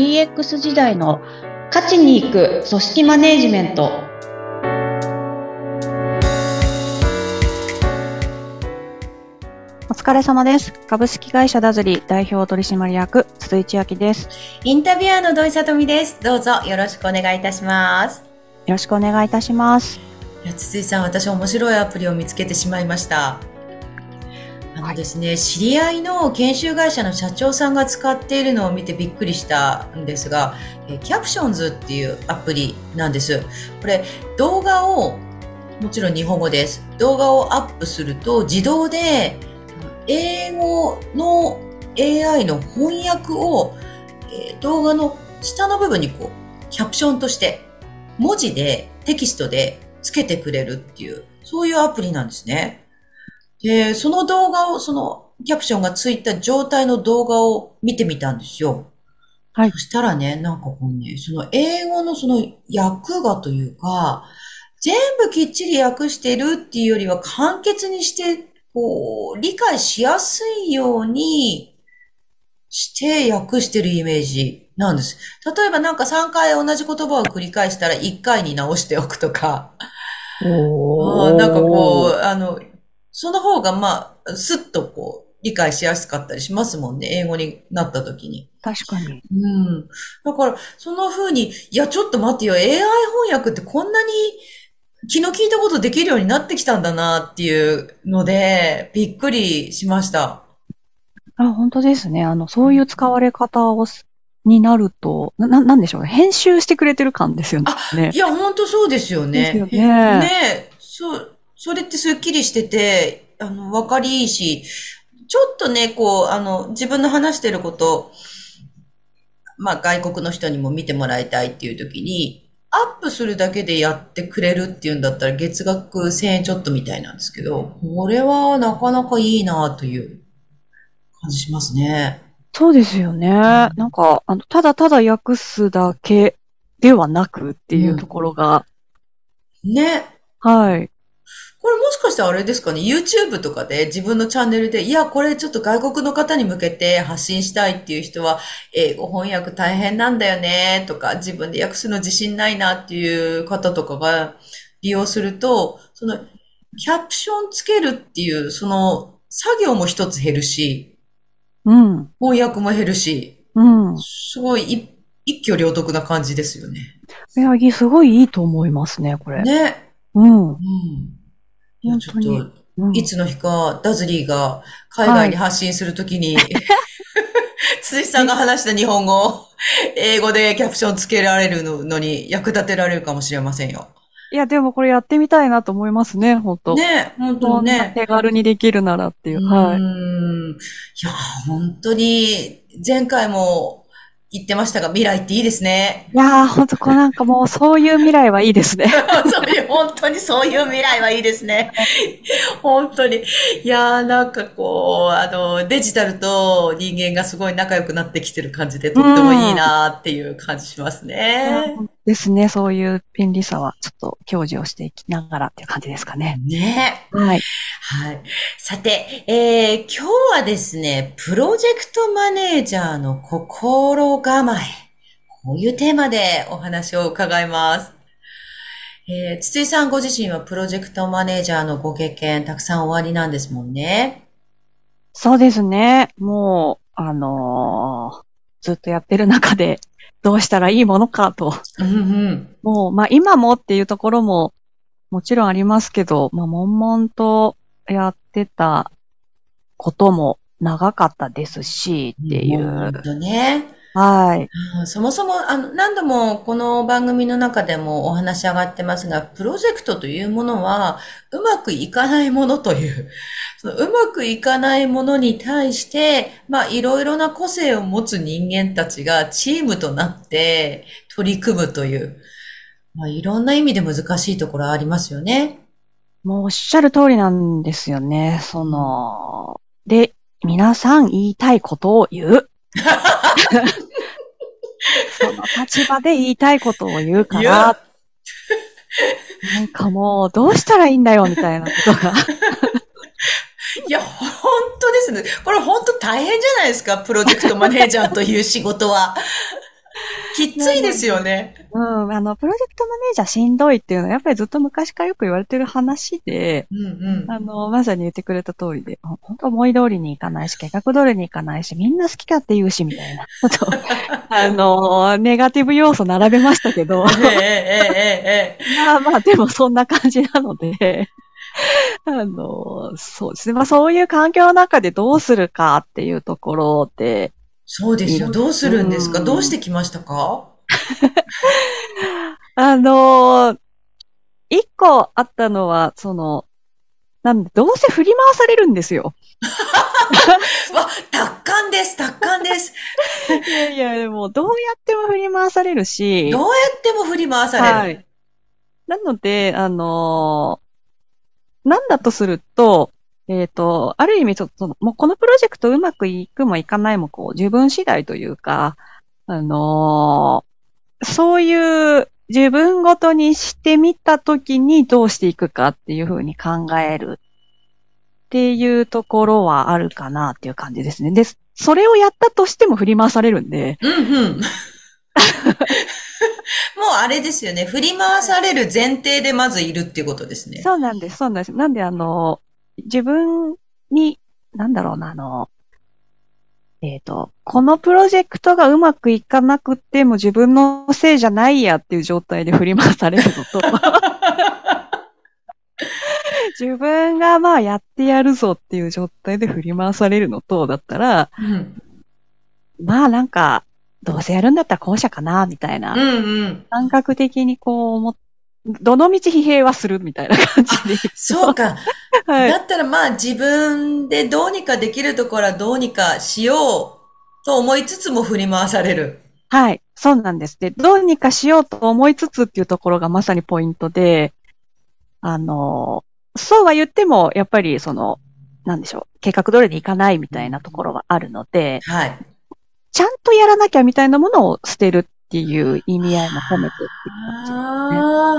DX 時代の勝ちに行く組織マネジメント。 お疲れ様です。株式会社ダズリ代表取締役筒井千明です。 インタビュアーの土井さとみです。どうぞよろしくお願いいたします。 よろしくお願いいたします。 いや、筒井さん、私面白いアプリを見つけてしまいました。ですね、知り合いの研修会社の社長さんが使っているのを見てびっくりしたんですが、キャプションズっていうアプリなんです。これ動画を、もちろん日本語です。動画をアップすると自動で英語の AI の翻訳を、動画の下の部分にこうキャプションとして文字でテキストでつけてくれるっていう、そういうアプリなんですね。で、その動画を、そのキャプションがついた状態の動画を見てみたんですよ。はい。そしたらね、なんかこうね、その英語のその訳がというか、全部きっちり訳してるっていうよりは簡潔にして、こう、理解しやすいようにして訳してるイメージなんです。例えばなんか3回同じ言葉を繰り返したら1回に直しておくとか。なんかこう、その方がスッとこう、理解しやすかったりしますもんね。英語になった時に。 確かに。 だから、その風に、いや、ちょっと待ってよ。AI 翻訳ってこんなに気の利いたことできるようになってきたんだなっていうので、びっくりしました。 本当ですね。そういう使われ方になると、なんでしょうね。編集してくれてる感ですよね。 いや、本当そうですよね。 ですよね。 ね、それってスッキリしてて、わかりいいし、ちょっとね、こう、自分の話してること、外国の人にも見てもらいたいっていう時に、アップするだけでやってくれるっていうんだったら月額1000円ちょっとみたいなんですけど、これはなかなかいいなという感じしますね。 そうですよね。なんか、ただただ訳すだけではなくっていうところが。 ね。 はい。 これもしかしてあれですかね、YouTube とかで自分のチャンネルで、いや、これちょっと外国の方に向けて発信したいっていう人は、英語翻訳大変なんだよね、とか、自分で訳すの自信ないなっていう方とかが利用すると、その、キャプションつけるっていう、その、作業も一つ減るし、翻訳も減るし、すごい一挙両得な感じですよね。 いや、すごいいいと思いますね、これ。 ね。いや、ちょっと、いつの日か、ダズリーが海外に発信するときに、筒井さんが話した日本語を英語でキャプションつけられるのに役立てられるかもしれませんよ。 いや、でもこれやってみたいなと思いますね、本当ね、本当ね。 手軽にできるならっていう。はい。 いや、本当に、前回も言ってましたが、未来っていいですね。 いやー、ほんとなんかもうそういう未来はいいですね。 本当にそういう未来はいいですね。本当に。いやー、なんかこう、デジタルと人間がすごい仲良くなってきてる感じで、とってもいいなーっていう感じしますね。 ですね。そういう便利さはちょっと享受をしていきながらっていう感じですかね。 ね。 はい。 はい。さて、今日はですね、プロジェクトマネージャーの心構え。こういうテーマでお話を伺います。筒井さんご自身はプロジェクトマネージャーのご経験たくさんおありなんですもんね。 そうですね。もう、ずっとやってる中でどうしたらいいものかと。もう、今もっていうところももちろんありますけど、悶々とやってたことも長かったですし、っていう。 ね。 はい。 そもそも、何度もこの番組の中でもお話上がってますが、プロジェクトというものは、うまくいかないものという、そのうまくいかないものに対して、いろいろな個性を持つ人間たちがチームとなって取り組むという、いろんな意味で難しいところありますよね。 もうおっしゃる通りなんですよね。で、皆さん言いたいことを言う。その立場で言いたいことを言うから、なんかもうどうしたらいいんだよみたいなことが。 いや、本当ですね。これ本当大変じゃないですか、プロジェクトマネージャーという仕事は。 きついですよね。 プロジェクトマネージャーしんどいっていうのはやっぱりずっと昔からよく言われてる話で、まさに言ってくれた通りで、本当思い通りにいかないし、計画通りにいかないし、みんな好き勝手言うし、みたいなことを、ネガティブ要素並べましたけど、まあ、でもそんな感じなので、そうですね。まあそういう環境の中でどうするかっていうところで。 そうですよ。どうするんですか？どうしてきましたか？ 一個あったのは、なんで、どうせ振り回されるんですよ。 わ、達観です、達観です。 いや、でも、どうやっても振り回されるし。 どうやっても振り回される。はい。 なので、なんだとすると、ある意味ちょっと、もうこのプロジェクトうまくいくもいかないも、自分次第というか、そういう自分ごとにしてみたときにどうしていくかっていうふうに考えるっていうところはあるかなっていう感じですね。で、それをやったとしても振り回されるんで。 もうあれですよね。振り回される前提でまずいるっていうことですね。 そうなんです、そうなんです。なんで自分に、なんだろうな、このプロジェクトがうまくいかなくても自分のせいじゃないやっていう状態で振り回されるのと、自分がまあやってやるぞっていう状態で振り回されるのとだったら、まあなんか、どうせやるんだったら後者かな、みたいな。感覚的にどの道疲弊はするみたいな感じで。 そうか。はい、だったらまあ自分でどうにかできるところはどうにかしようと思いつつも振り回される。 はい。そうなんです。で、どうにかしようと思いつつっていうところがまさにポイントで、そうは言っても、やっぱりなんでしょう、計画通りにいかないみたいなところはあるので、 はい。 ちゃんとやらなきゃみたいなものを捨てるっていう意味合いも込めてっていう感じ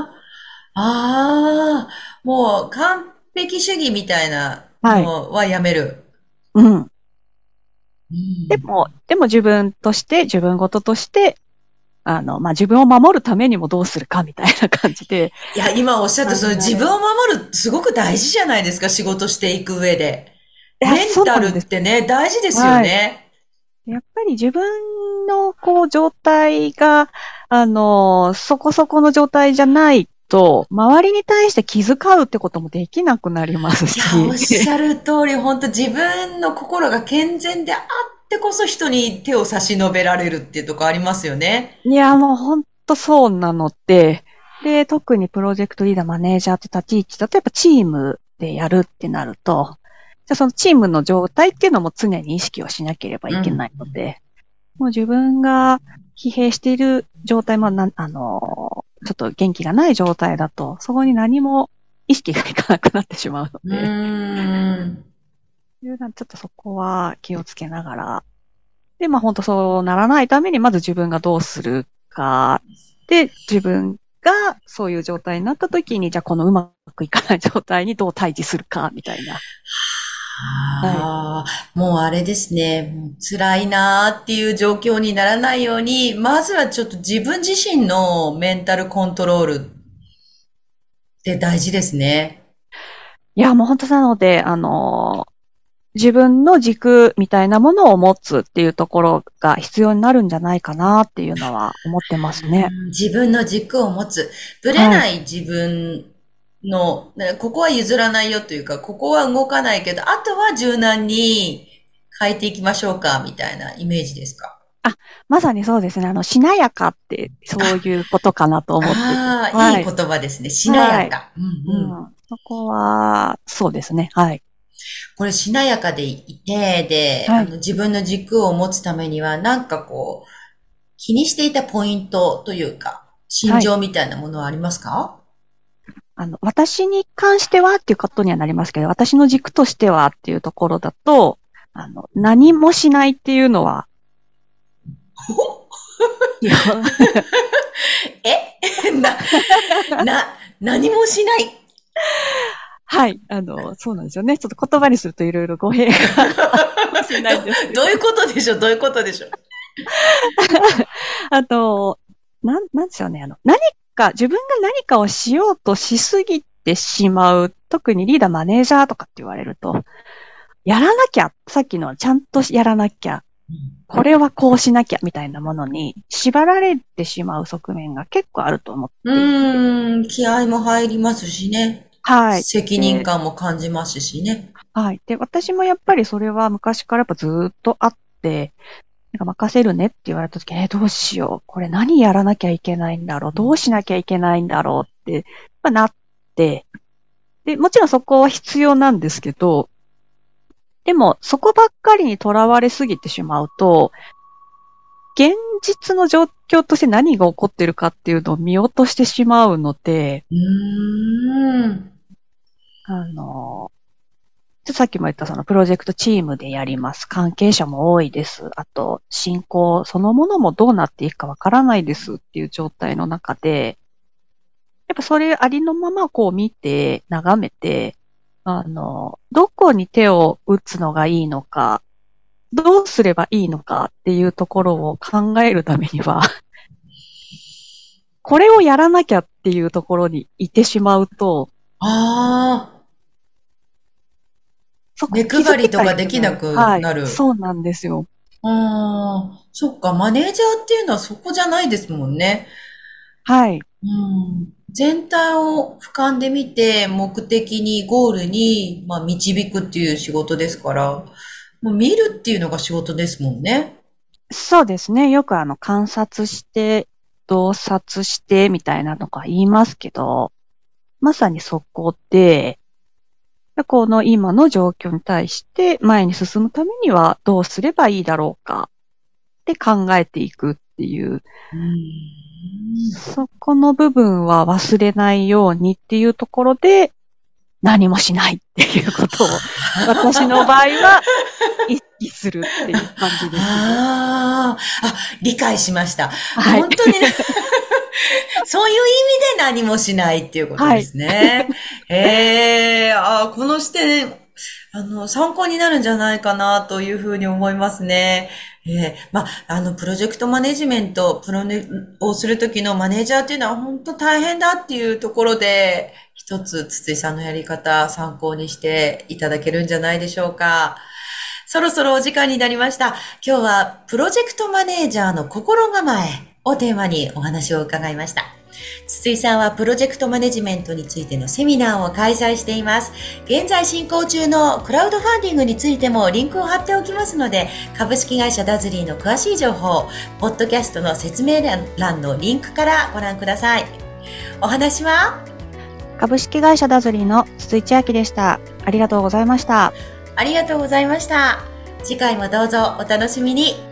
ですね。 もう完璧主義みたいなのはやめる。 はい。でも自分ごととして、まあ、自分を守るためにもどうするかみたいな感じで。 いや、今おっしゃった自分を守るすごく大事じゃないですか、仕事していく上で。メンタルってね、大事ですよね。 はい、やっぱり自分の状態が、そこそこの状態じゃないと、周りに対して気遣うってこともできなくなりますし。 いや、おっしゃる通り、本当自分の心が健全であってこそ人に手を差し伸べられるっていうところありますよね。 いや、もう本当そうなので、特にプロジェクトリーダー、マネージャーって立ち位置だとやっぱチームでやるってなると、じゃあそのチームの状態っていうのも常に意識をしなければいけないので、もう自分が疲弊している状態もちょっと元気がない状態だと、そこに何も意識がいかなくなってしまうので。ちょっとそこは気をつけながら。で、まあ本当そうならないために、まず自分がどうするか。で、自分がそういう状態になった時に、じゃあこのうまくいかない状態にどう対峙するか、みたいな。 もうあれですね。辛いなーっていう状況にならないように、まずはちょっと自分自身のメンタルコントロールって大事ですね。 いや、もう本当なので、自分の軸みたいなものを持つっていうところが必要になるんじゃないかなっていうのは思ってますね。 自分の軸を持つ。ぶれない自分の、ここは譲らないよというか、ここは動かないけど、あとは柔軟に変えていきましょうか、みたいなイメージですか？ まさにそうですね。しなやかって、そういうことかなと思ってて。 いい言葉ですね。しなやか。 そこは、そうですね。はい。 これしなやかでいて、で、自分の軸を持つためには、なんか気にしていたポイントというか、心情みたいなものはありますか？ 私に関してはっていうことにはなりますけど、私の軸としてはっていうところだと、何もしないっていうのは、 何もしない。 はい。そうなんですよね。ちょっと言葉にするといろいろ語弊があるかもしれないんですけど。 どういうことでしょう？ あと、なんでしょうね。自分が何かをしようとしすぎてしまう。特にリーダーマネージャーとかって言われると、やらなきゃ、さっきのちゃんとやらなきゃ、これはこうしなきゃみたいなものに縛られてしまう側面が結構あると思っていて。 気合も入りますしね。 はい。 責任感も感じますしね。 はい。で、私もやっぱりそれは昔からやっぱずーっとあって、なんか任せるねって言われた時に、どうしよう。これ何やらなきゃいけないんだろう。どうしなきゃいけないんだろうって、なって、で、もちろんそこは必要なんですけど、でもそこばっかりにとらわれすぎてしまうと、現実の状況として何が起こってるかっていうのを見落としてしまうので、さっきも言ったそのプロジェクトチームでやります。関係者も多いです。あと、進行そのものもどうなっていくかわからないですっていう状態の中で、やっぱそれありのままこう見て、眺めて、どこに手を打つのがいいのか、どうすればいいのかっていうところを考えるためには、これをやらなきゃっていうところにいてしまうと、 目配りとかできなくなる。 はい、そうなんですよ。 そっか、マネージャーっていうのはそこじゃないですもんね。 はい。 全体を俯瞰で見て、目的に、ゴールに、導くっていう仕事ですから、もう見るっていうのが仕事ですもんね。 そうですね。よく観察して、洞察して、みたいなのが言いますけど、まさにそこで、この今の状況に対して前に進むためにはどうすればいいだろうかって考えていくっていう、そこの部分は忘れないようにっていうところで何もしないっていうことを私の場合は意識するっていう感じですね。 理解しました。 はい、 本当にね。そういう意味で何もしないっていうことですね。はい、この視点、参考になるんじゃないかなというふうに思いますね。プロジェクトマネジメント、をするときのマネージャーっていうのは本当大変だっていうところで、一つ筒井さんのやり方参考にしていただけるんじゃないでしょうか。そろそろお時間になりました。今日はプロジェクトマネージャーの心構えをテーマにお話を伺いました。筒井さんはプロジェクトマネジメントについてのセミナーを開催しています。現在進行中のクラウドファンディングについてもリンクを貼っておきますので、株式会社ダズリーの詳しい情報、ポッドキャストの説明欄のリンクからご覧ください。お話は株式会社ダズリーの筒井千明でした。ありがとうございました。 ありがとうございました。次回もどうぞお楽しみに。